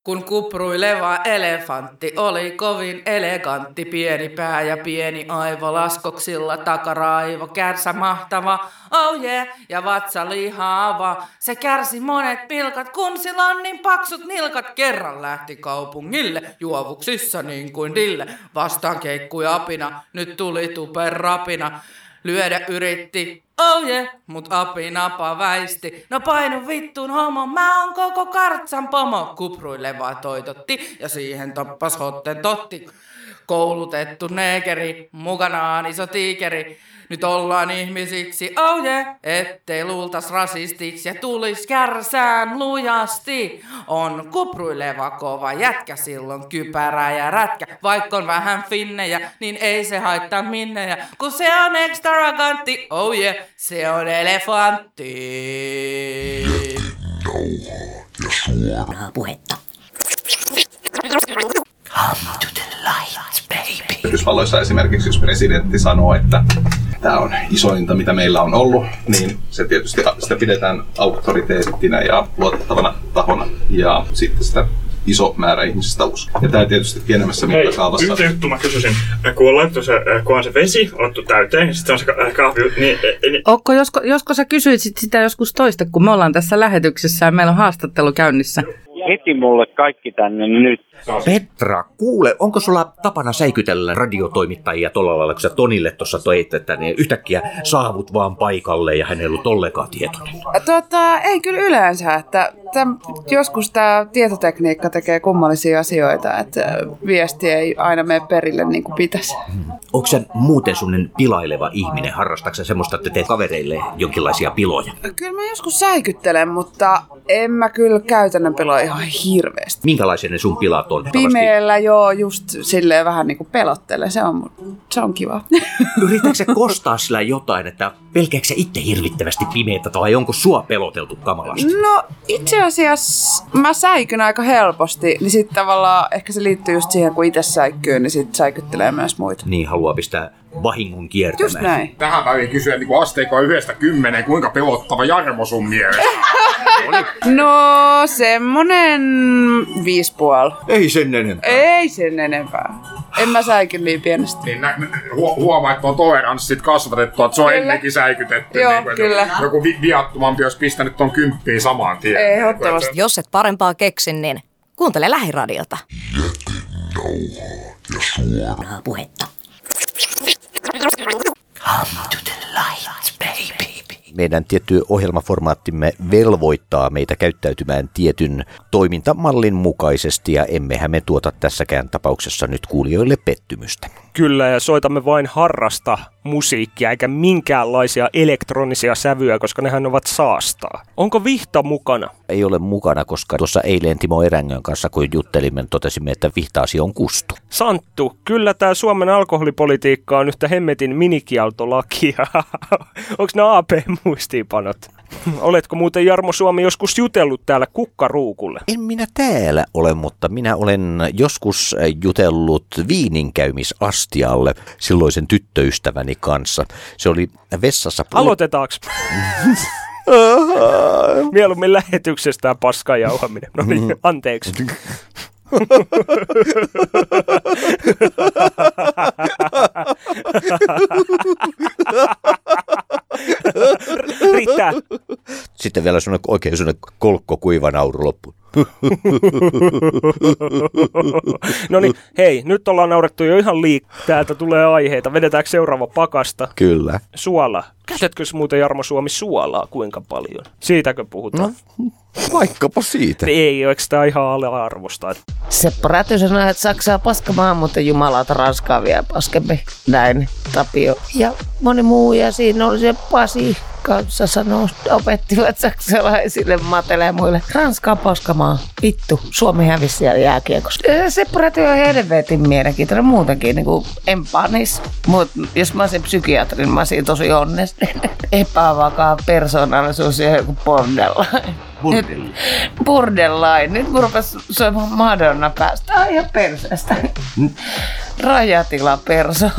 Kun kupruileva elefantti oli kovin elegantti, pieni pää ja pieni aivo laskoksilla, takaraivo kärsä mahtava, oh yeah, ja vatsa lihaava. Se kärsi monet pilkat, kun sillä on niin paksut nilkat. Kerran lähti kaupungille, juovuksissa niin kuin dille. Vastaan keikkui apina, nyt tuli tuperrapina. Lyödä yritti, oh yeah, mut apinapa väisti. No painu vittuun homo, mä oon koko kartsan pomo. Kupruileva toitotti ja siihen toppas hotten totti. Koulutettu neekeri, mukanaan iso tiikeri. Nyt ollaan ihmisiksi, oh yeah, ettei luultas rasistiksi ja tulis kärsään lujasti. On kupruileva kova jätkä, silloin kypärä ja rätkä. Vaikka on vähän finnejä, niin ei se haittaa minnejä. Kun se on extravagantti, oh yeah, se on elefantti. Nauhaa ja suoraa puhetta. Come to the light, baby. Yhdysvalloissa esimerkiksi, jos presidentti sanoo, että tämä on isointa, mitä meillä on ollut, niin se tietysti sitä pidetään auktoriteettina ja luotettavana tahona. Ja sitten sitä iso määrä ihmisistä uskoo. Ja tämä tietysti pienemmässä mittakaavassa. Yhtä juttu mä kysyisin. Kun on se vesi otettu täyteen ja sitten on se kahvi, niin... Josko sä kysyit sitä joskus toista, kun me ollaan tässä lähetyksessä ja meillä on haastattelu käynnissä? Heti mulle kaikki tänne nyt. Petra, kuule, onko sulla tapana säikytellä radiotoimittajia tuolla lailla, kun sä Tonille tuossa toit, että ne yhtäkkiä saavut vaan paikalle ja hän ei ollut ollenkaan tietoinen? Ei kyllä yleensä, että joskus tämä tietotekniikka tekee kummallisia asioita, että viesti ei aina mene perille niin kuin pitäisi. Onko sä muuten sellainen pilaileva ihminen? Harrastatko sä semmoista, että teet kavereille jonkinlaisia piloja? Kyllä mä joskus säikyttelen, mutta en mä kyllä käytännön piloja ihan hirveästi. Minkälaisia ne sun pilat on? Pimeällä joo, just silleen vähän niin kuin pelottele. Se on kiva. Yritätkö sä kostaa sillä jotain, että pelkääkö sä itse hirvittävästi pimeätä tai onko sua peloteltu kamalasti? No itse asiassa mä säikyn aika helposti, niin sitten tavallaan ehkä se liittyy just siihen, kun itse säikkyy, niin sitten säikyttelee myös muita. Niin, haluaa pistää vahingon kiertämään. Just näin. Tähän päivän kysyä niin asteikkoa 1-10, kuinka pelottava Jarmo sun mielestä? No semmonen 5,5. Ei sen enempää. Ei sen enempää. En mä säiky niin pienesti. Niin huomaa, että on toleranssit kasvatettu, että se on kyllä ennenkin säikytetty. Joo, niin kuin, kyllä. Joku viattomampi olisi pistänyt ton 10 samaan tien. Ehdottomasti. Jos et parempaa keksin, niin kuuntele Lähiradiota. Nauhaa ja suoraa Puhetta. Come to the light, baby. Meidän tietty ohjelmaformaattimme velvoittaa meitä käyttäytymään tietyn toimintamallin mukaisesti ja emmehän me tuota tässäkään tapauksessa nyt kuulijoille pettymystä. Kyllä, ja soitamme vain harrasta musiikkia, eikä minkäänlaisia elektronisia sävyjä, koska nehän ovat saastaa. Onko vihta mukana? Ei ole mukana, koska tuossa eilen Timo Erängön kanssa, kun juttelimme, totesimme, että vihtaasi on kustu. Santtu, kyllä tämä Suomen alkoholipolitiikka on yhtä hemmetin minikieltolakia. Onko ne AP-muistiinpanot? Oletko muuten, Jarmo Suomi, joskus jutellut täällä kukkaruukulle? En minä täällä ole, mutta minä olen joskus jutellut viininkäymisastialle silloisen tyttöystäväni kanssa. Se oli vessassa... Aloitetaanko? Mieluummin lähetyksestä ja paskan jauhaminen. No niin, anteeksi. Riittää. Sitten vielä oikein kolkko kuiva nauru loppuun. No niin, hei, nyt ollaan naurettu jo ihan liikaa. Täältä tulee aiheita. Vedetäänkö seuraava pakasta? Kyllä. Suola. Käytätkö muuten, Jarmo Suomi, suolaa kuinka paljon? Siitäkö puhutaan? No, vaikkapa siitä. Ei, eikö tämä ihan ala-arvosta? Seppo Räty sanoi, että Saksaa paskamaan, mutta jumalauta Ranskaa vielä paskempi. Näin Tapio ja moni muu. Ja siinä oli se Pasi kanssa sanoi, opettivat saksalaisille matelemuille. Ranskaa paskamaan. Vittu, Suomi hävisi siellä jääkiekossa. Seppo Räty on helvetin mielenkiintoinen muutenkin, niin kuin empanis. Mutta jos mä olisin psykiatrin, mä olisin tosi onnesten. Epävakaa persoonallisuus ja joku borderline. Borderline. Nyt mun rupesi soimaan Madonna päästä. Ai ihan perseestä. Rajatila persoon.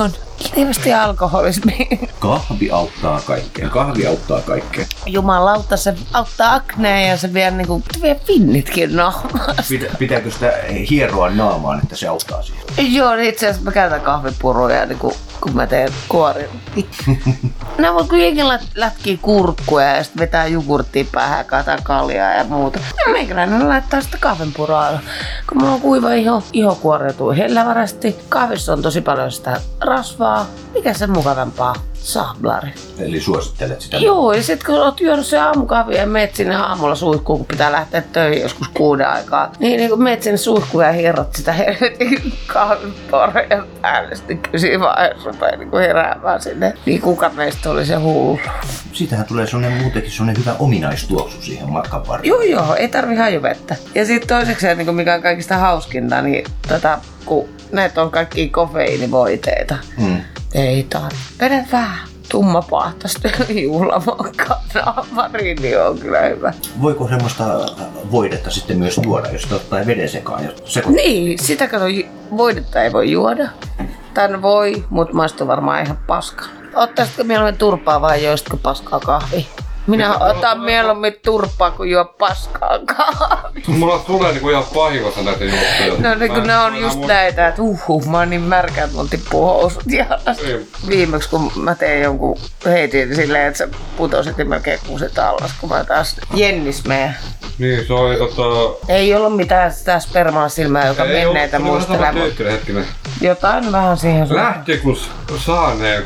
Lievästi alkoholismiin. Kahvi auttaa kaikkea. Jumalauta, se auttaa akneen ja se vie finnitkin naamasta. Pitääkö sitä hieroa naamaan, että se auttaa siihen? Joo, niin itse asiassa mä käytän kahvipuruja, niin kun mä teen kuorin. Nämä voi kun jengi lätkii kurkkuja ja sitten vetää jogurttia päähän, kaataa kaljaa ja muuta. Ja meikäläinen laittaa sitä kahvinpuraa. Kun mulla on kuiva iho kuoriutuu hellävärästi. Kahvissa on tosi paljon sitä rasvaa. Mikä se mukavampaa? Sablari. Eli suosittelet sitä? Joo, ja sitten kun oot juonut sen aamukahvin ja meet sinne aamulla suihkuun, kun pitää lähteä töihin joskus 6 aikaa. Niin kun meet sinne suihkuun ja hierrot sitä helvetin kahvinporeja päälle, sitten kysyy vaiheessa rupeaa heräämään sinne. Niin kuka meistä oli se hullu? Siitähän tulee muutenkin sellainen hyvä ominaistuoksu siihen matkan varrella. Joo, ei tarvi hajuvettä. Ja sitten toiseksi, niin mikä on kaikista hauskinta, niin kun näitä on kaikkia kofeiinivoiteita. Ei tarvi. Vedät vähän tummapahtasta juhlamakkaa naamariin, niin on kyllä hyvä. Voiko semmoista voidetta sitten myös juoda, jos ottaa veden sekaan? Niin, sitä kato, voidetta ei voi juoda. Tän voi, mutta maistuu varmaan ihan paska. Ottaisitko mieluummin turpaa vai joisitko paskaa kahvia? Minä otan mieluummin turpaa, kun juo paskaa kahvia. Mulla tulee niinku ihan pahivossa näitä juttuja. No niin kun ne on just näitä, että mä oon niin märkä, että mun tippuu housut jalasta. Viimeksi kun mä tein jonkun heitin silleen, että sä putosit melkein kuuset allas, kun mä taas Jennis meidän. Niin, se oli Ei ollut mitään sitä spermaa silmää, joka menneitä muistelee. Hetkinen. Jotain vähän siihen suuntaan. Lähti kun saaneen.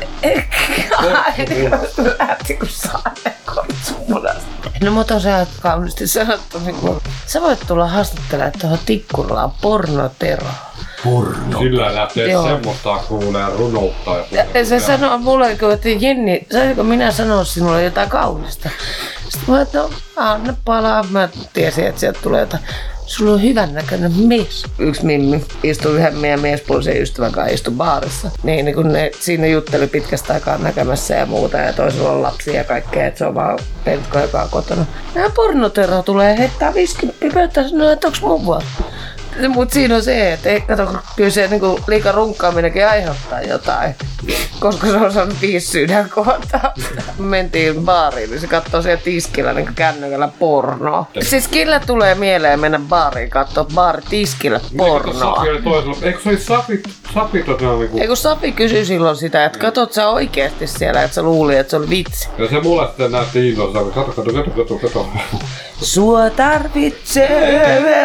Lähti kun saaneen kortsumunasta. No mutta on se aika kauniisti sanottu. Sä voit tulla haastattelemaan tuohon Tikkurilaan pornoteroa. Porno? Sillä lähtee semmoista kuulee runouttaa. Ja se sanoo mulle, että Jenni, saisiko minä sanoa sinulle jotain kaunista? Sitten mä että no, anna palaa. Mä tiesin, että sieltä tulee jotain. Sulla on hyvän näköinen mies. Yksi mimmi istui yhden meidän miespuolisen ystävän kanssa istui baarissa. Niin kun ne siinä jutteli pitkästä aikaa näkemässä ja muuta ja toisella on lapsia ja kaikkea, että se on vaan pensko, joka on kotona. Nää pornotero tulee heittää 50 pöytään ja sanoo, että onks mun vuoro? Mut siinä on se, että kato, kyllä se niinku liika runkkaaminenkin aiheuttaa jotain. Koska se on saanut 5 sydänkohtaa. Mentiin baariin, niin se katsoo siellä tiskillä niin kännykällä pornoa. Siis killä tulee mieleen mennä baariin kattoo baaritiskillä pornoa? Eikö se oli Sapi niinku? Eikö Sapi kysyi silloin sitä, että katot sä oikeesti siellä, että sä luuli, että se oli vitsi? Ja se mulle sitten näytti innossa, kato. Sua tarvitsee.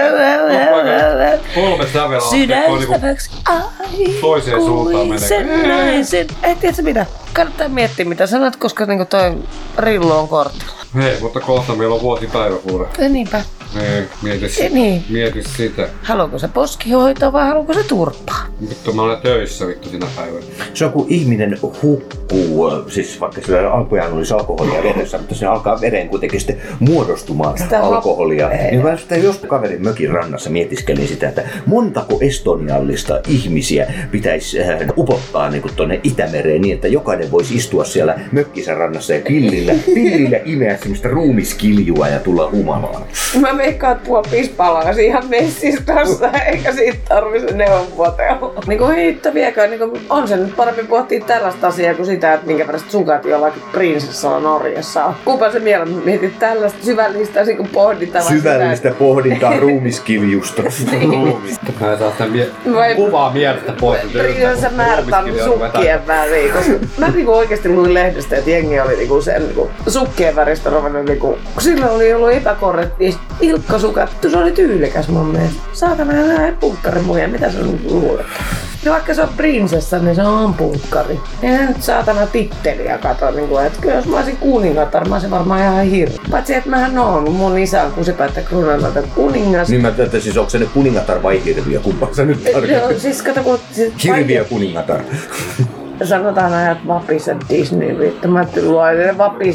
3 sävelaa. Sydäntäväksi toiseen suuntaan menee. Naisen. Ei tiedä mitä. Kannattaa miettiä mitä sanot, koska niinku toi rillu on kortilla. Hei, mutta kohta meillä on vuosipäivä kuule. Niinpä. Mieti sitä. Haluuko se poskihoitoa vai haluuko se turpaa? Vittu mä olen töissä sinä päivänä. Se on kun ihminen hukkuu, siis vaikka sillä alkujaan olisi alkoholia veressä, mutta se alkaa vereen kuitenkin sitten muodostumaan sitä alkoholia. Niin mä sitä joskus kaverin mökin rannassa mietiskelin sitä, että montako estoniallista ihmisiä pitäisi upottaa niin kuin tuonne Itämereen niin, että jokainen voisi istua siellä mökkinsä rannassa ja pillillä imeä semmoista ruumiskiljua ja tulla humalaan. Mä veikkaan, että puoli pispalaisi ihan messissä tossa, eikä siitä tarvitse neuvotella. Niinku heittäviäkään, niinku on se nyt parempi pohtia tällaista asiaa kuin sitä, että minkä verran sukat jollakin prinsessalla Norjassa on. Kuinka se mieluummin mietit tällaista syvällistä niin pohdintaa. Syvällistä pohdintaa ruumiskiljusta. Mä en saa sitä kuvaa mielestä pois. Prinsessa Märtan sukkien väliin. Mä niinku oikeesti luin lehdestä, että jengi oli niinku sen niinku sukkien väristä ruvennut niinku. Sillä oli ollut epäkorrekti ilkkosukat. Se oli tyylikäs mun mielestä. Saatana näin punkkarimuja, mitä sä luulet? Ja vaikka se on prinsessa, niin se on punkkari. Ei nyt saatana titteliä kato, niinku, että kyllä jos mä olisin kuningatar, mä olisin varmaan ihan hirveä. Paitsi että mähän oon, mun isä on kusipäittä kruunalainen kuningas. Niin mä täytyy siis, onko se nyt kuningatar vai hirviö? Kumpaa sä nyt tarkoitat? Joo, siis kato kun... Hirviö kuningatar. Sanotaan aina, että vapisen Disney vittu. Mä luoin vapisen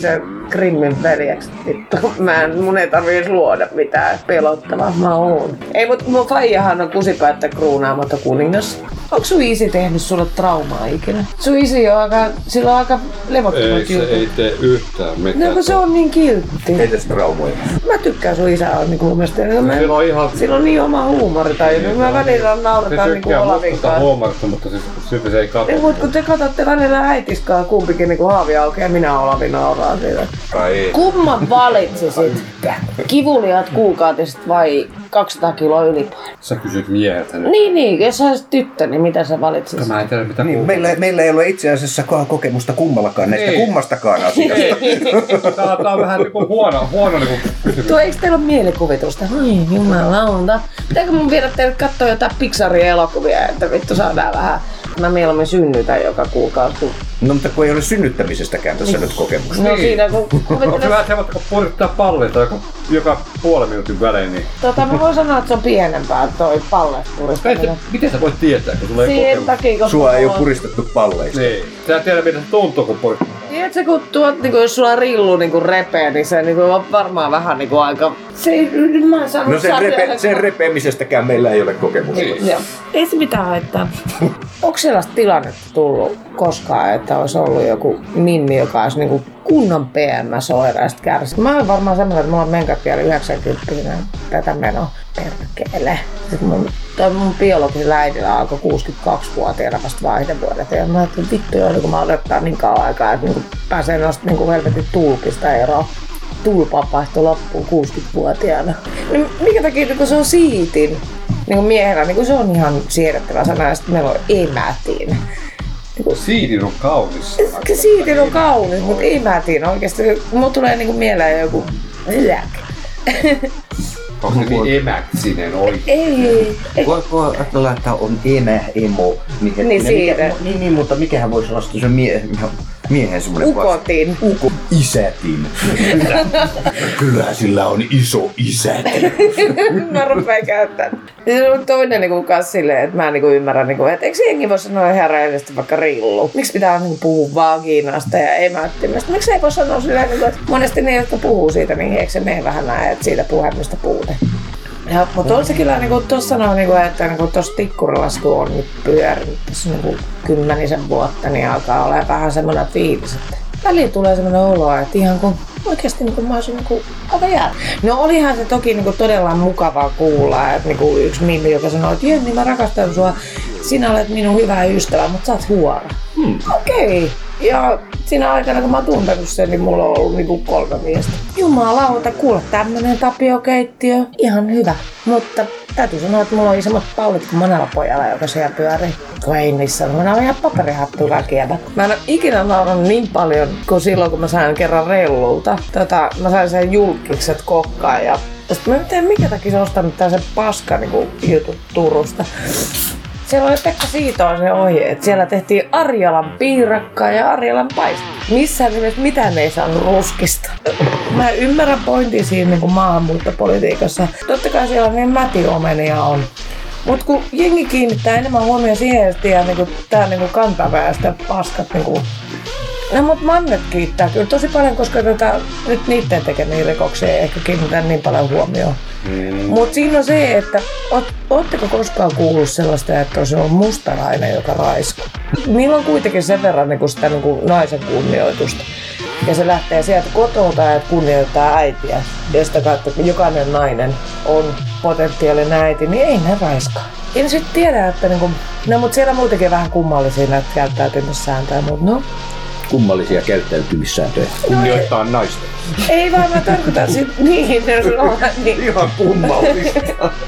Grimmin veljeksi. Vittu, mun ei tarvitse luoda mitään pelottavaa, mä oon. Ei, mutta mun faijahan on kusipäättä kruunaamaton kuningas. Onko sun isi tehnyt sulle traumaa ikinä? Sun isi on sillä on aika levottomat jutut. Ei, se ei tee yhtään mitään. No kun se on niin kiltti. Ei tässä traumoja. Mä tykkään sun isää niin mun mielestä. Sillä on niin oma huumori tai mä välillä naurataan niin kuin Olavinkaan. Se huumorista, mutta silti se ei katso. Ei, mutta kun te katsotte välillä äitiskaan kumpikin niin kuin haavi auki ja minä Olavi nauraa siitä. Kumman valitsisit? Kivuliaat kuukautiset vai 200 kiloa ylipainoa? Sä kysyt mieheltä nyt. Niin, jos sä olisit tyttö, niin mitä sä valitsisit? Mä en tiedä mitä niin, meillä ei ole itse asiassa kokemusta kummallakaan näistä kummastakaan asiasta. Tää on vähän niinku huono niinku kysymys. Tuo, eikö teillä ole mielikuvitusta? Ai jumalauta. Pitääkö mun viedä teille katsoa jotain Pixarin elokuvia, että vittu saadaan vähän. Mä mieluummin synnytän joka kuukausi. No mutta kun ei ole synnyttämisestäkään tässä nyt kokemusta. No siinä kun... Onko hyvä, että he puolittaa palleita joka puolen minuutin välein? Niin... Mä voin sanoa, että se on pienempää toi palleista puristaminen. Miten sä voit tietää, kun sulla ei kokemusta? Sua ei ole puristettu palleista. Niin. Sä tiedät, miten se tuntuu, kun puristaa. Tiedätkö, kun jos sulla rillu repee, niin se on varmaan vähän aika... No sen repeämisestäkään meillä ei ole kokemusta. Joo. Ei se mitään haittaa. Onko sellaista tilannetta tullut koskaan, että olisi ollut joku Minni, joka olisi niin kunnon PMS-oireista kärsinyt? Mä olen varmaan semmoinen, että mulla on menkat vielä 90 tätä menoa perkele. Mun biologisella äidillä alkoi 62-vuotiaana vasta vaihdevuodet. Ja mä ajattelin, vittu joo, kun mä odottaa niin kauan aikaa, että pääsee noista helvetin tulkista eroon. Tulpa vaihtoi loppuun 60-vuotiaana. No, minkä takia kun se on siitin? Niin miehenä niin se on ihan siedettävä sana, ja sitten meillä on emätin. Siitin on kaunis. Siitin on kaunis, mutta emätin oikeesti. Mulla tulee niin mieleen joku onko se niin emäksinen oikein? Ei. Voiko ajatella, että on emo? Niin, mutta mikähän voisi olla se miehen semmoinen ukotin. Isätin. Kyllä sillä on iso isätin. Mä rupean käyttämään. Se on toinen niin kanssa silleen, että mä ymmärrän, että eikö jengi voi sanoa ihan rehellisesti vaikka rillu? Miksi pitää puhua vaginasta ja emättimestä? Miksi ei voi sanoa silleen, että monesti ne, jotka puhuu siitä, niin eikö se mene vähän näin, että siitä puhemista puute? Ja, mutta on se kyllä, niin kuin tuossa sanoo, että tuossa tikkurilasku on nyt pyörinyt tässä 10 vuotta, niin alkaa olla vähän semmoinen fiilis, että väliin tulee semmoinen olo, että ihan kun oikeasti mä olisin aika jää. No olihan se toki todella mukavaa kuulla, että yksi Mimmi, joka sanoi, että Jenni, mä rakastan sua, sinä olet minun hyvä ystävä, mutta sä oot huora. Okei. Ja siinä aikana, kun mä oon tuntenut sen, niin mulla on ollut 3 miestä. Jumalauta, kuule tämmönen tapiokeittiö, ihan hyvä. Mutta täytyy sanoa, että mulla on isommat pallit kuin monella pojalla, joka siellä pyörii. Kun ei niissä ole. Mä oon ihan paperihattu väkiävä. Mä en ole ikinä naurannut niin paljon kuin silloin, kun mä sain kerran Rellulta. Mä sain sen julkikset kokkaan ja sitten mä en tiedä mikä takia se on ostanut tää sen paska jutut Turusta. Siellä oli Pekka Siitoon se ohje, että siellä tehtiin Arjalan piirakkaa ja Arjalan paista. Missään nimessä mitään ei saanut ruskista. Mä ymmärrän pointin siinä maahanmuuttopolitiikassa. Totta kai siellä niin mätiomenia on. Mut kun jengi kiinnittää enemmän huomioon siihen, että tää kantaväestö paskat no mut mannet kiittää kyllä tosi paljon, koska nyt niitten tekemiä rikoksia ei ehkä kiinnitä niin paljon huomioon. Mut siinä on se, että ootteko koskaan kuullut sellaista, että se on mustalainen, joka raiskoo? Niillä on kuitenkin sen verran sitä naisen kunnioitusta. Ja se lähtee sieltä kotolta, että kunnioittaa äitiä. Ja sitä kautta, että jokainen nainen on potentiaalinen äiti, niin ei ne raiskaa. En sitten tiedä, että no mut siellä muutenkin vähän kummallisia näitä käyttäytymissääntöjä, mut no. Kummallisia käyttäytymissääntöjä. Kunnioittaa naista. Ei vaan mä tarkoitan sit niin. Ihan kummallista.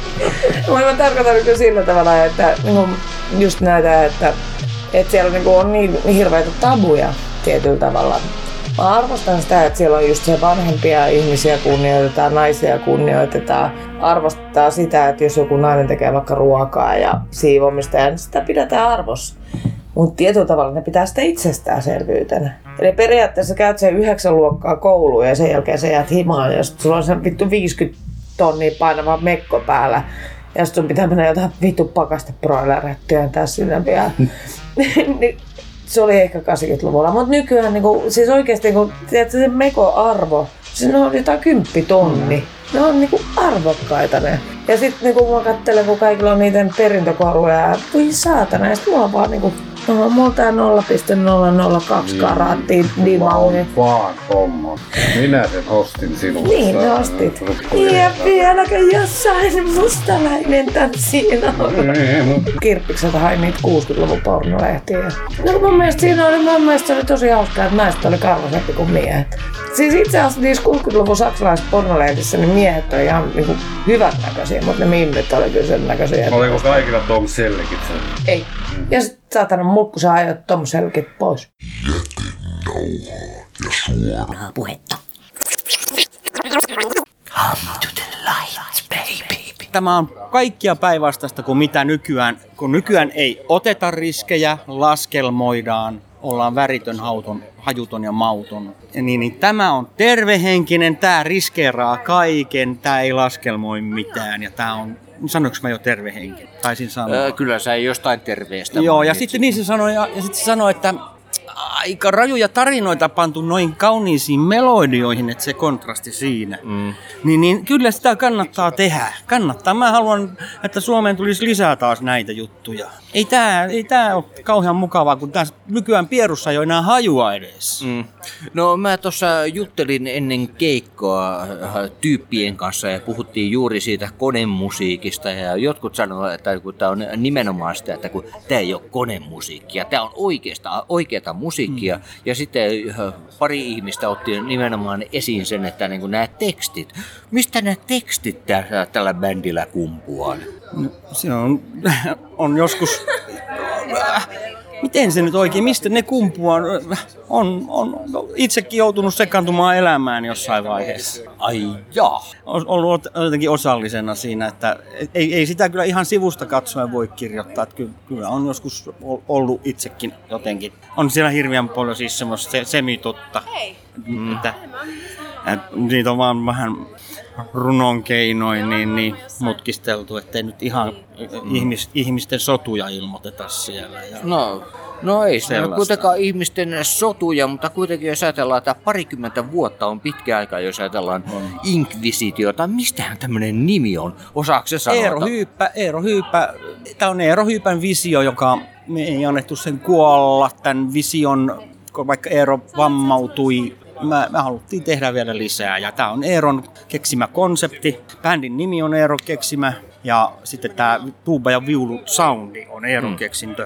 Mä tarkoitan sillä tavalla, että just näitä, että siellä on niin hirveitä tabuja tietyllä tavalla. Mä arvostan sitä, että siellä on just se vanhempia ihmisiä kunnioitetaan, naisia kunnioitetaan. Arvostetaan sitä, että jos joku nainen tekee vaikka ruokaa ja siivomista, niin sitä pidetään arvossa. Mutta tietyllä tavalla ne pitää sitä itsestäänselvyytenä. Eli periaatteessa käyt sen 9 luokkaa kouluun ja sen jälkeen sä jäät himaan ja sit sulla on se vittu 50 tonnia painava mekko päällä. Ja sit sun pitää mennä jotain vittu pakastebroilereita työntää sinne vielä. se oli ehkä 80-luvulla, mutta nykyään niinku, siis oikeesti niinku, tiedätkö, se mekoarvo, se on jotain 10 000. Ne on niinku arvokkaita ne. Ja sit niinku mä katselen, kun kaikilla on niitä perintökoruja ja voi saatana, ja sit mulla on vaan niinku, mulla tää 0,002 karaattia dimauni. Vaan homma. Minä sen ostin sinulle. Niin, ne ostit. Ja vieläkö jossain mustalainen tanssina on? Kirppikseltä hain niitä 60-luvun pornolehtiä. No mun mielestä se oli tosi hauskaa, että naiset oli karvasempi kuin miehet. Siis itse asiassa niissä 60-luvun saksalaisissa pornolehdissä niin miehet oli ihan niinku hyvät näköisiä, mutta ne mimmit oli kyllä sen näköisiä. Oliko kaikilla Tom Selleckit sen? Ei. Ja sit saatana mulkku sä ajot Tom Selleckit pois. Jätenauhaa ja suoraa Puhetta. Come to the lights, baby. Tämä on kaikkia päinvastaista kuin mitä nykyään. Kun nykyään ei oteta riskejä, laskelmoidaan, ollaan väritön, hajuton ja mauton. Niin tämä on tervehenkinen, tämä riskeeraa kaiken, tämä ei laskelmoi mitään ja tämä on, sanoinko mä jo tervehenkinen? Taisin sanoa. Kyllä sä jostain terveestä. Joo, ja sitten niin se sanoi, ja sitten se sanoi, että aika rajuja tarinoita pantu noin kauniisiin melodioihin, että se kontrasti siinä. Niin kyllä sitä kannattaa tehdä. Kannattaa. Mä haluan, että Suomeen tulisi lisää taas näitä juttuja. Ei tää ole kauhean mukavaa, kun tässä nykyään pierussa ei ole enää hajua edes. No mä tuossa juttelin ennen keikkoa tyyppien kanssa ja puhuttiin juuri siitä konemusiikista ja jotkut sanoivat, että kun tää on nimenomaan sitä, että kun tää ei ole konemusiikkia, tää on oikeata musiikkia. Ja sitten pari ihmistä otti nimenomaan esiin sen, että niin kuin nämä tekstit, mistä nämä tekstit tällä bändillä kumpuaa? No, se on joskus... Miten se nyt oikein, mistä ne kumpuaa? On itsekin joutunut sekaantumaan elämään jossain vaiheessa. Ai jaa. On ollut jotenkin osallisena siinä, että ei sitä kyllä ihan sivusta katsoen voi kirjoittaa. Että kyllä on joskus ollut itsekin jotenkin. On siellä hirveän paljon siis semmoista semitotta. Että niitä on vaan vähän runon keinoin niin mutkisteltu, ettei nyt ihan ihmisten sotuja ilmoiteta siellä. Ja no ei se ole kuitenkaan ihmisten sotuja, mutta kuitenkin jos ajatellaan, että 20 vuotta on pitkä aika, jos ajatellaan inkvisitiota. Mistähän tämmöinen nimi on? Osaako se sanoa? Eero Hyyppä. Tämä on Eero Hyypän visio, joka me ei annettu sen kuolla. Tämän vision, vaikka Eero vammautui, me haluttiin tehdä vielä lisää. Ja tämä on Eeron keksimä konsepti. Bändin nimi on Eero keksimä. Ja sitten tämä tuuba ja viulu soundi on Eeron keksintö.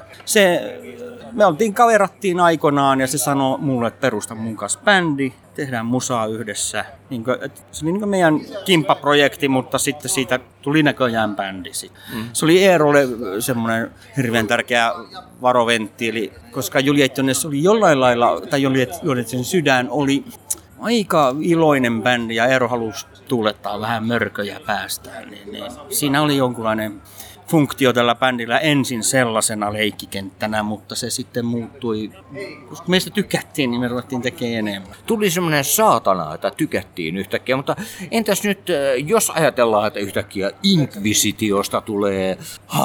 Me kaverattiin aikoinaan ja se sanoi mulle, että perusta mun kanssa bändi, tehdään musaa yhdessä. Se oli meidän kimppaprojekti, mutta sitten siitä tuli näköjään bändi. Se oli Eerolle semmoinen hirveän tärkeä varoventtiili, koska Juljettones oli jollain lailla, tai Juljettonen sydän oli aika iloinen bändi ja Eero halusi tuulettaa vähän mörköjä päästään. Niin siinä oli jonkunlainen funktio tällä bändillä ensin sellaisena leikkikenttänä, mutta se sitten muuttui, koska meistä tykättiin, niin me ruvettiin tekemään enemmän. Tuli semmoinen saatana, että tykättiin yhtäkkiä, mutta entäs nyt, jos ajatellaan, että yhtäkkiä Inkvisitiosta tulee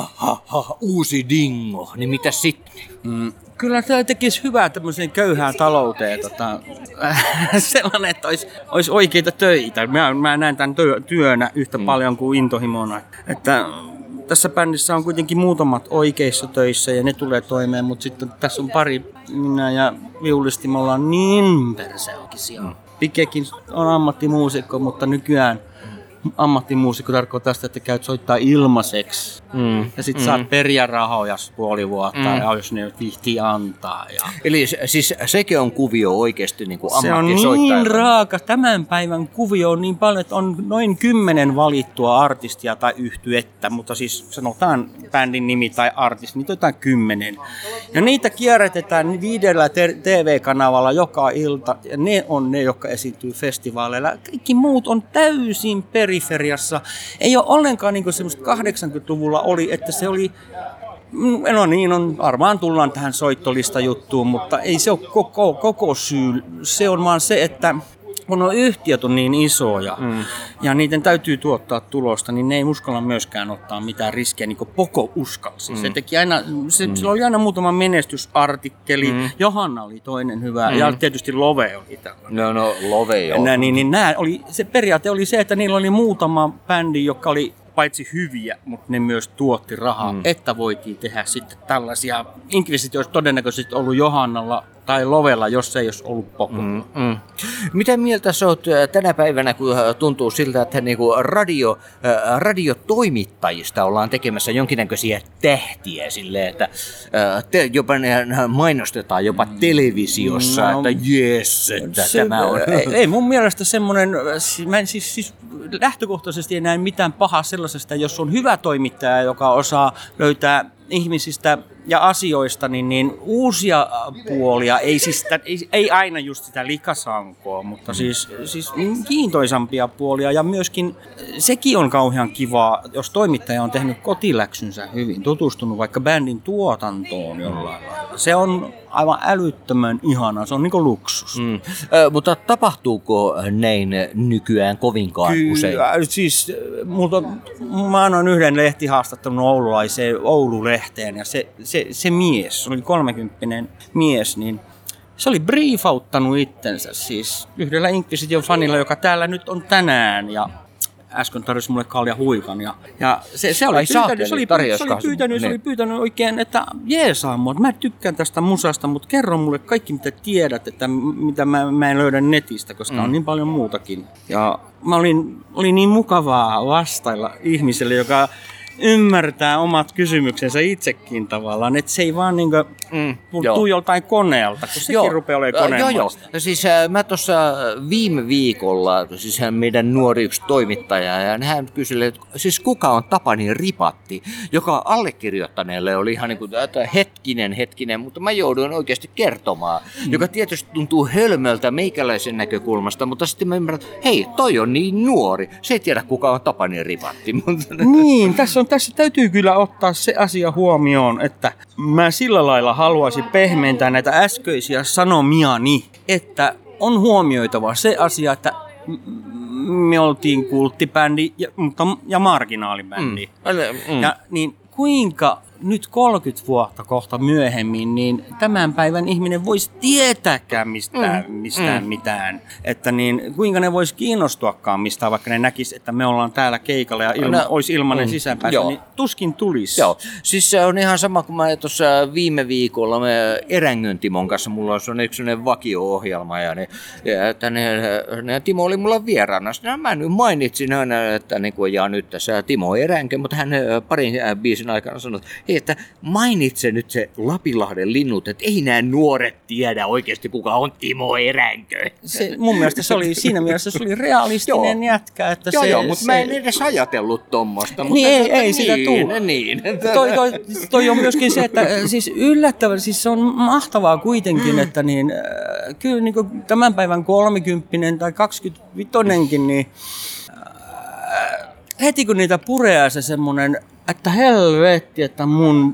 uusi dingo, niin mitä sitten? Kyllä tämä tekisi hyvää tämmöiseen köyhään talouteen, sellainen, että olisi oikeita töitä. Mä näen tämän työnä yhtä paljon kuin intohimona. Että tässä bändissä on kuitenkin muutamat oikeissa töissä ja ne tulee toimeen, mutta sitten tässä on pari, minä ja viulisti, me ollaan niin perseokisia. Pikekin on ammattimuusikko, mutta nykyään ammattimuusikko tarkoittaa sitä, että käyt soittaa ilmaiseksi. Ja sit saat periä rahoja puoli vuotta, ja jos ne vihtii antaa. Eli siis sekin on kuvio oikeasti niin kuin ammattisoittaja. Se on niin raaka. Tämän päivän kuvio on niin paljon, että on noin 10 valittua artistia tai yhtyettä, mutta siis sanotaan bändin nimi tai artisti, niitä on 10. Ja niitä kierrätetään 5 TV-kanavalla joka ilta, ja ne on ne, jotka esiintyy festivaaleilla. Kaikki muut on täysin periferiassa. Ei ole ollenkaan niin kuin semmoista 80-luvulla oli, että se oli, no niin, varmaan tullaan tähän soittolista juttuun, mutta ei se ole koko syy. Se on vaan se, että kun on yhtiöt on niin isoja ja niiden täytyy tuottaa tulosta, niin ne ei uskalla myöskään ottaa mitään riskejä, niin kuin Poko uskalsi. Se teki aina, sillä oli aina muutama menestysartikkeli. Johanna oli toinen hyvä ja tietysti Love oli tällainen. No Love joo. Se periaate oli se, että niillä oli muutama bändi, joka oli paitsi hyviä, mutta ne myös tuotti rahaa, että voitiin tehdä sitten tällaisia. Inquisition olisi todennäköisesti ollut Johannalla tai Lovella, jos ei olisi ollut Pokolla. Mitä mieltä sä oot tänä päivänä, kun tuntuu siltä, että niinku radiotoimittajista ollaan tekemässä jonkinnäköisiä tähtiä silleen, että jopa ne mainostetaan jopa televisiossa, että jes, että tämä on. Ei mun mielestä semmoinen, mä en siis lähtökohtaisesti ei näe mitään pahaa sellaisesta, jos on hyvä toimittaja, joka osaa löytää ihmisistä ja asioista niin uusia puolia, ei aina just sitä likasankoa, mutta siis kiintoisampia puolia ja myöskin sekin on kauhean kivaa, jos toimittaja on tehnyt kotiläksynsä hyvin, tutustunut vaikka bändin tuotantoon jollain lailla. Se on aivan älyttömän ihana, se on niin kuin luksus. Mutta tapahtuuko näin nykyään kovinkaan usein? Kyllä, siis mä annoin yhden lehtihaastattelun oululaiseen Oulu-lehteen ja se mies, se oli 30 mies, niin se oli briefauttanut itsensä siis yhdellä Inquisition fanilla, joka täällä nyt on tänään ja äsken tarjosi mulle Kalja Huikan ja se oli pyytänyt oikein, että jeesaa mua, mä tykkään tästä musasta, mutta kerro mulle kaikki mitä tiedät, että mitä mä en löydä netistä, koska on niin paljon muutakin. Ja oli niin mukavaa vastailla ihmiselle, joka ymmärtää omat kysymyksensä itsekin tavallaan, että se ei vaan niinku tuu joltain koneelta, kun sekin rupeaa olemaan koneenmaista. Joo. Siis mä tuossa viime viikolla, siis meidän nuori yksi toimittaja, ja hän kysyi, että siis kuka on Tapani Ripatti, joka allekirjoittaneelle oli ihan niin kuin, hetkinen, mutta mä jouduin oikeasti kertomaan, joka tietysti tuntuu hölmöltä meikäläisen näkökulmasta, mutta sitten mä ymmärrän, että hei, toi on niin nuori, se ei tiedä kuka on Tapani Ripatti. Niin, tässä täytyy kyllä ottaa se asia huomioon, että mä sillä lailla haluaisin pehmentää näitä äskeisiä sanomiani, että on huomioitava se asia, että me oltiin kulttibändi ja marginaalibändi. Ja niin kuinka nyt 30 vuotta kohta myöhemmin, niin tämän päivän ihminen voisi tietääkään mistään mitään. Että niin, kuinka ne voisi kiinnostuakaan mistään, vaikka ne näkisi, että me ollaan täällä keikalla ja olisi ilmanen sisäänpääsy, niin tuskin tulisi. Joo, siis se on ihan sama kuin mä tuossa viime viikolla me Erängön Timon kanssa, mulla on yksi vakio-ohjelma ja Timo oli mulla vieraana. Mä nyt mainitsin aina, että nyt tässä Timo Eränkö, mutta hän parin biisin aikana sanoi, että mainitse nyt se Lapinlahden linnut, että ei nämä nuoret tiedä oikeasti kuka on Timo Eränkö. Mun mielestä siinä mielessä se oli realistinen jätkä. Että mutta mä en edes ajatellut tommoista. Niin, ei sitä tule. Niin. Toi on myöskin se, että siis yllättävän, siis se on mahtavaa kuitenkin, että niin, kyllä niin kuin tämän päivän 30 tai 25, niin heti kun niitä puree se semmoinen, että helvetti, että mun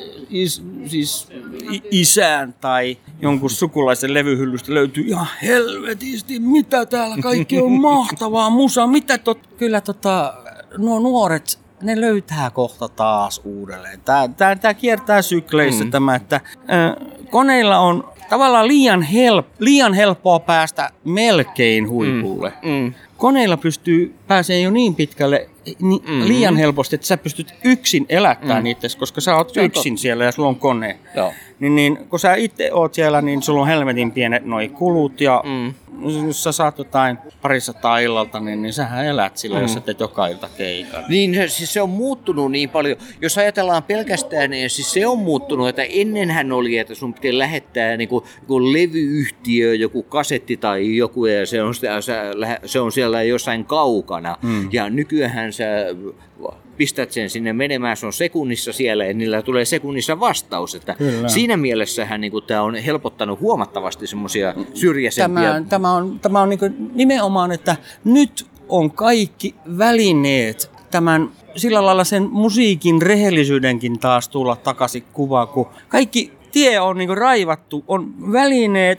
isän tai jonkun sukulaisen levyhyllystä löytyy ihan helvetisti, mitä täällä kaikki on mahtavaa musaa, kyllä nuo nuoret, ne löytää kohta taas uudelleen. Tää kiertää sykleissä tämä, että koneilla on tavallaan liian helppoa päästä melkein huipulle. Koneilla pääsee jo niin pitkälle liian helposti, että sä pystyt yksin elättämään niitä, koska sä oot yksin siellä ja sulla on kone. Niin, kun sä itse oot siellä, niin sulla on helvetin pienet noi kulut ja jos sä saat jotain 200 illalta, niin sähän elät sillä, jos sä teet joka ilta keikan. Niin, siis se on muuttunut niin paljon. Jos ajatellaan pelkästään, niin siis se on muuttunut, että ennenhän oli, että sun piti lähettää niin kuin levyyhtiö, joku kasetti tai joku, ja se on siellä jossain kaukana. Ja nykyään sä pistät sen sinne menemään, se on sekunnissa siellä ja niillä tulee sekunnissa vastaus. Että siinä mielessähän niin tämä on helpottanut huomattavasti semmoisia syrjäisempiä. Tämä on niin nimenomaan, että nyt on kaikki välineet tämän sillä lailla sen musiikin rehellisyydenkin taas tulla takaisin kuvaan, kun kaikki tie on niin raivattu, on välineet,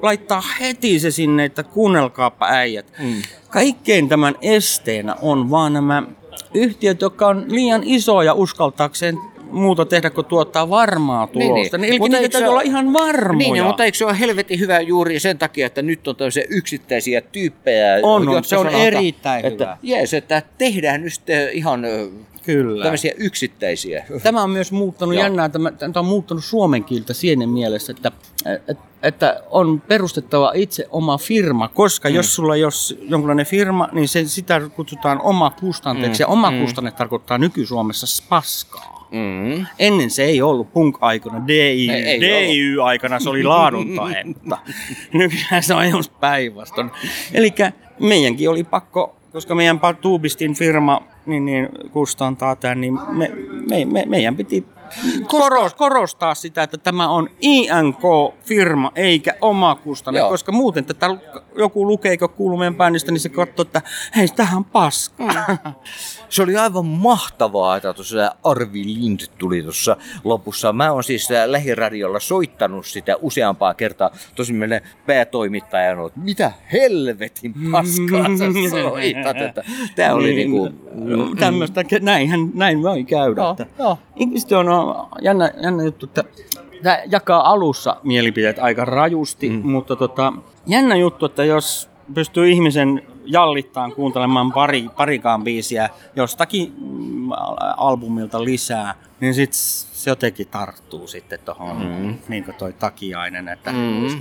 laittaa heti se sinne, että kuunnelkaapa äijät. Kaikkein tämän esteenä on vaan nämä yhtiöt, jotka on liian isoja uskaltaakseen muuta tehdä, kun tuottaa varmaa tulosta. Niin. Eli niitä täytyy olla ihan varmoja. Niin, mutta eikö se ole helvetin hyvä juuri sen takia, että nyt on tämmöisiä yksittäisiä tyyppejä? Se on erittäin hyvä. Jees, että tehdään nyt ihan tämmöisiä yksittäisiä. Tämä on myös muuttanut jännää, tämä on muuttanut suomen kieltä siinä mielessä, että on perustettava itse oma firma, koska jos sulla ei ole jonkinlainen firma, niin sitä kutsutaan omakustanteeksi, ja omakustanne tarkoittaa nyky-Suomessa paskaa. Ennen se ei ollut punk-aikana, DIY-aikana se oli laaduntae, mutta nykyään se on ihan päinvastoin. Eli meidänkin oli pakko, koska meidän Tuubistin firma niin kustantaa tämän, niin meidän piti korostaa sitä, että tämä on INK-firma eikä omakustanne, koska muuten tätä joku lukee, kun kuuluu meidän bändistä, niin se katsoo, että hei, tämähän on paska. Se oli aivan mahtavaa, että tuossa Arvi Lind tuli tuossa lopussa. Mä oon siis lähiradiolla soittanut sitä useampaa kertaa. Tosin meidän päätoimittaja on, että mitä helvetin paskaa sä soitat. Tää oli niinku... Tämmöistä, näin voi käydä. Ihmiset on jännä juttu, että tämä jakaa alussa mielipiteet aika rajusti, mutta jännä juttu, että jos pystyy ihmisen jallittaan kuuntelemaan parikaan biisiä jostakin albumilta lisää, niin sit se jotenkin tarttuu sitten tohon, niin kuin toi Takiainen. Että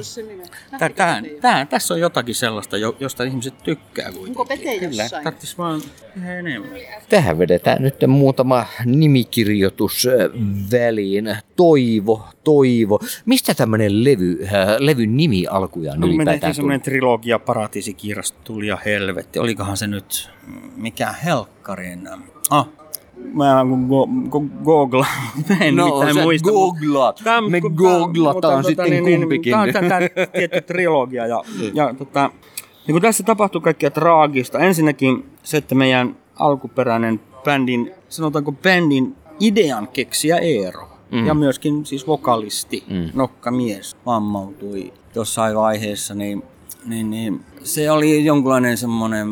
tässä on jotakin sellaista, josta ihmiset tykkää kuitenkin. Onko Pete jossain? Tarvitsisi vaan enemmän. Tähän vedetään nyt muutama nimikirjoitus väliin. Toivo. Mistä tämmönen levyn nimi alkujaan ylipäätään me tehtiin semmoinen trilogia, Paratiisi, Kiiras, Tuli ja Helvetti. Olikohan se nyt mikä helkkarin? Mä googlaan. Me googlataan sitten kumpikin. Tämä on tämä tietty trilogia. Ja niin kun tässä tapahtuu kaikkea traagista. Ensinnäkin se, että meidän alkuperäinen bändin idean keksijä Eero. Ja myöskin siis vokalisti, nokkamies, vammautui jossain vaiheessa. Niin se oli jonkunlainen semmoinen...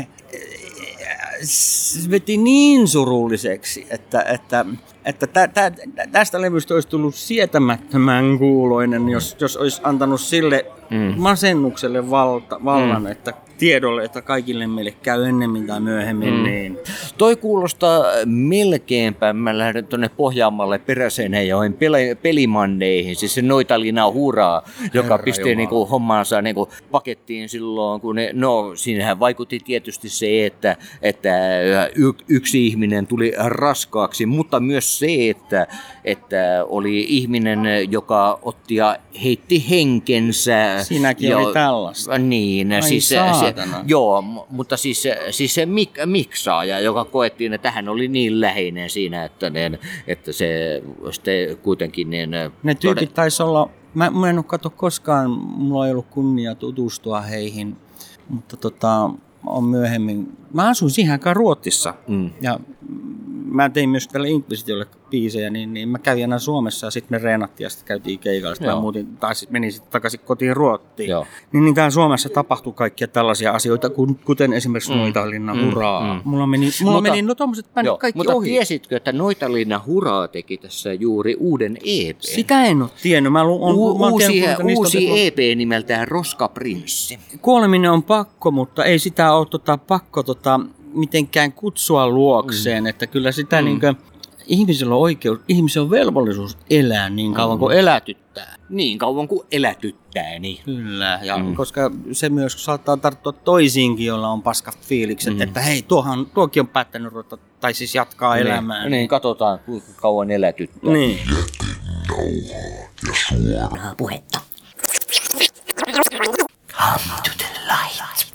Se veti niin surulliseksi, että tästä levystä olisi tullut sietämättömän kuuloinen, jos olisi antanut sille masennukselle vallan, että tiedolle, että kaikille meille käy ennemmin tai myöhemmin. Niin. Toi kuulostaa melkeinpä, mä lähden tuonne Pohjanmaalle Peräseinäjoen pelimanneihin, siis se Noitalina Huraa, joka pisti niinku hommaansa niinku pakettiin silloin, kun siinähän vaikutti tietysti se, että yksi ihminen tuli raskaaksi, mutta myös se, että oli ihminen, joka otti ja heitti henkensä. Siinäkin oli tällaista. Niin, siis joo, mutta siis se miksaaja, joka koettiin, että hän oli niin läheinen siinä, että se sitten kuitenkin... Ne tyypit taisi olla, mä en ole katso koskaan, mulla ei ollut kunnia tutustua heihin, mutta on myöhemmin, mä asuin siihen aikaan Ruotsissa ja mä tein myös tälle Inquisitiolle biisejä, niin mä kävin aina Suomessa ja sitten me reenattiin ja sitten käytiin keikalla. Sitten menin sitten takaisin kotiin Ruottiin. Niin täällä Suomessa tapahtui kaikkia tällaisia asioita, kuten esimerkiksi Noitalina Huraa. Mulla meni tommoset bändit kaikki mutta ohi. Tiesitkö, että Noitalina Huraa teki tässä juuri uuden EP? Sitä en ole tiennyt. Uusi EP nimeltään Roskaprinssi. Kuoleminen on pakko, mutta ei sitä ole pakko mitenkään kutsua luokseen, että kyllä sitä ihmisellä on oikeus, ihmisellä on velvollisuus elää niin kauan kuin elätyttää. Niin kauan kuin elätyttää, niin. Kyllä, ja koska se myös saattaa tarttua toisiinkin, joilla on paskat fiilikset, että hei, tuokin on päättänyt ruveta, tai siis jatkaa elämää. Niin, katsotaan kuinka kauan elätyttää. Niin. Jätin nauhaa ja suoraa puhetta. Come to the light.